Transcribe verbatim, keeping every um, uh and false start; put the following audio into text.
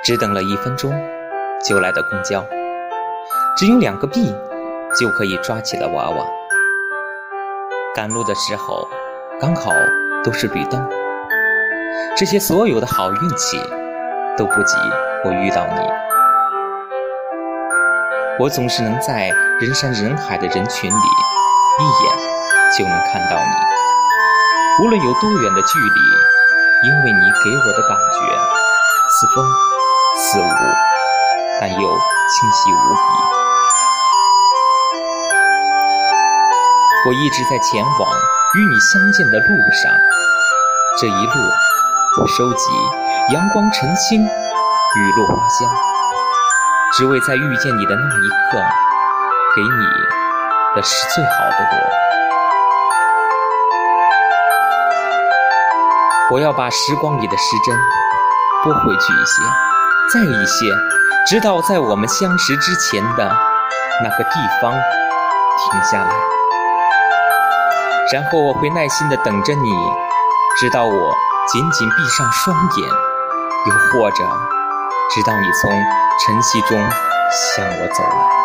只等了一分钟就来的公交，只用两个币就可以抓起的娃娃。赶路的时候刚好都是绿灯，这些所有的好运气都不及我遇到你。我总是能在人山人海的人群里一眼就能看到你，无论有多远的距离，因为你给我的感觉似风似雾，但又清晰无比。我一直在前往与你相见的路上，这一路我收集阳光晨星，雨露花香，只为在遇见你的那一刻，给你的是最好的我。我要把时光里的时针拨回去一些，再一些，直到在我们相识之前的那个地方停下来，然后我会耐心地等着你，直到我紧紧闭上双眼，又或者直到你从晨曦中向我走来。